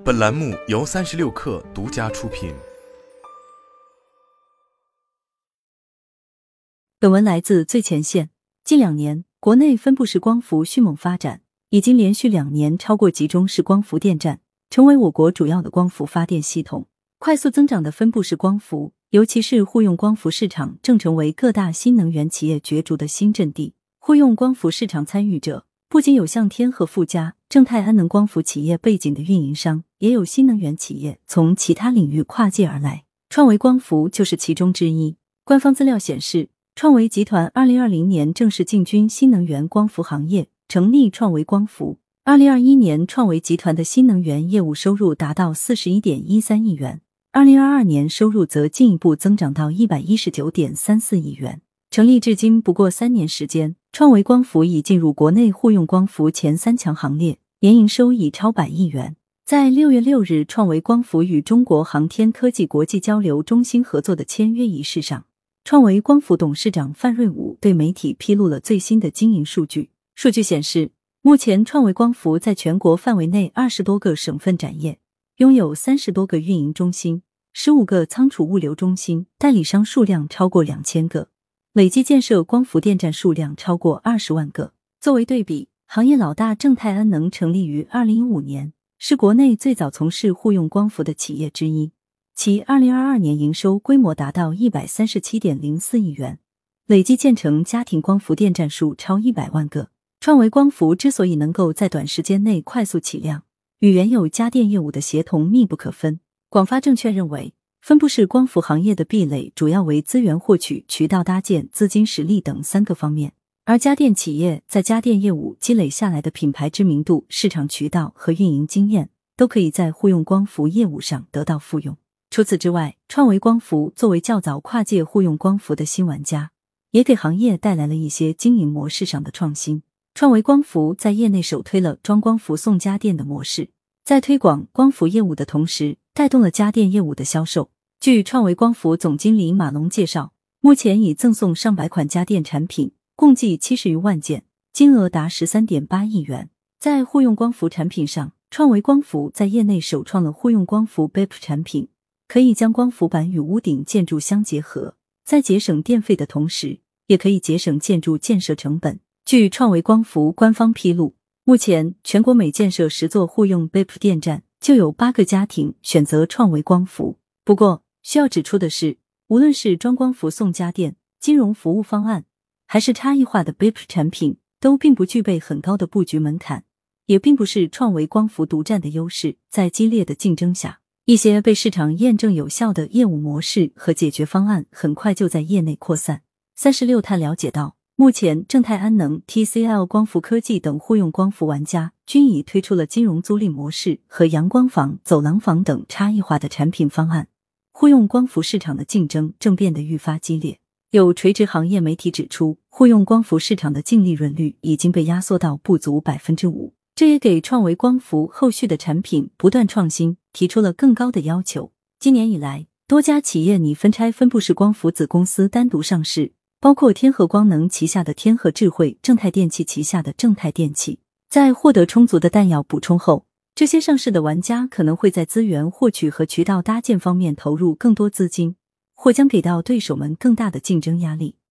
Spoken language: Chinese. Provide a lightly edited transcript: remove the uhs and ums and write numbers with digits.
本栏目由36氪独家出品。 本文来自最前线。近2年，国内分布式光伏迅猛发展，已经连续2年超过集中式光伏电站，成为我国主要的光伏发电系统。快速增长的分布式光伏，尤其是户用光伏市场，正成为各大新能源企业角逐的新阵地。户用光伏市场参与者不仅有像天合、富嘉、正泰安能光伏企业背景的运营商，也有新能源企业从其他领域跨界而来，创维光伏就是其中之一。官方资料显示，创维集团2020年正式进军新能源光伏行业，成立创维光伏。2021年，创维集团的新能源业务收入达到 41.13 亿元，2022年收入则进一步增长到 119.34 亿元。成立至今不过3年时间，创维光伏已进入国内户用光伏前3强行列，年营收已超100亿元。在6月6日，创维光伏与中国航天科技国际交流中心合作的签约仪式上，创维光伏董事长范瑞武对媒体披露了最新的经营数据。数据显示，目前创维光伏在全国范围内20多个省份展业，拥有30多个运营中心、15个仓储物流中心，代理商数量超过2000个，累计建设光伏电站数量超过20万个。作为对比，行业老大正泰安能成立于2015年，是国内最早从事户用光伏的企业之一，其2022年营收规模达到 137.04 亿元，累计建成家庭光伏电站数超100万个。创维光伏之所以能够在短时间内快速起量，与原有家电业务的协同密不可分。广发证券认为，分布式光伏行业的壁垒主要为资源获取、渠道搭建、资金实力等3个方面，而家电企业在家电业务积累下来的品牌知名度、市场渠道和运营经验，都可以在户用光伏业务上得到复用。除此之外，创维光伏作为较早跨界户用光伏的新玩家，也给行业带来了一些经营模式上的创新。创维光伏在业内首推了装光伏送家电的模式，在推广光伏业务的同时，带动了家电业务的销售。据创维光伏总经理马龙介绍，目前已赠送上百款家电产品，共计70余万件，金额达 13.8 亿元。在户用光伏产品上，创维光伏在业内首创了户用光伏 BEP 产品，可以将光伏板与屋顶建筑相结合，在节省电费的同时，也可以节省建筑建设成本。据创维光伏官方披露，目前全国每建设10座户用 BEP 电站，就有8个家庭选择创维光伏。不过，需要指出的是，无论是装光伏送家电、金融服务方案，还是差异化的 BEP 产品，都并不具备很高的布局门槛，也并不是创维光伏独占的优势。在激烈的竞争下，一些被市场验证有效的业务模式和解决方案很快就在业内扩散。36氪了解到，目前正泰安能、TCL 光伏科技等户用光伏玩家均已推出了金融租赁模式和阳光房、走廊房等差异化的产品方案，户用光伏市场的竞争正变得愈发激烈。有垂直行业媒体指出，户用光伏市场的净利润率已经被压缩到不足 5%， 这也给创维光伏后续的产品不断创新提出了更高的要求。今年以来，多家企业拟分拆分布式光伏子公司单独上市，包括天合光能旗下的天合智慧、正泰电器旗下的正泰电器。在获得充足的弹药补充后，这些上市的玩家可能会在资源获取和渠道搭建方面投入更多资金，或将给到对手们更大的竞争压力。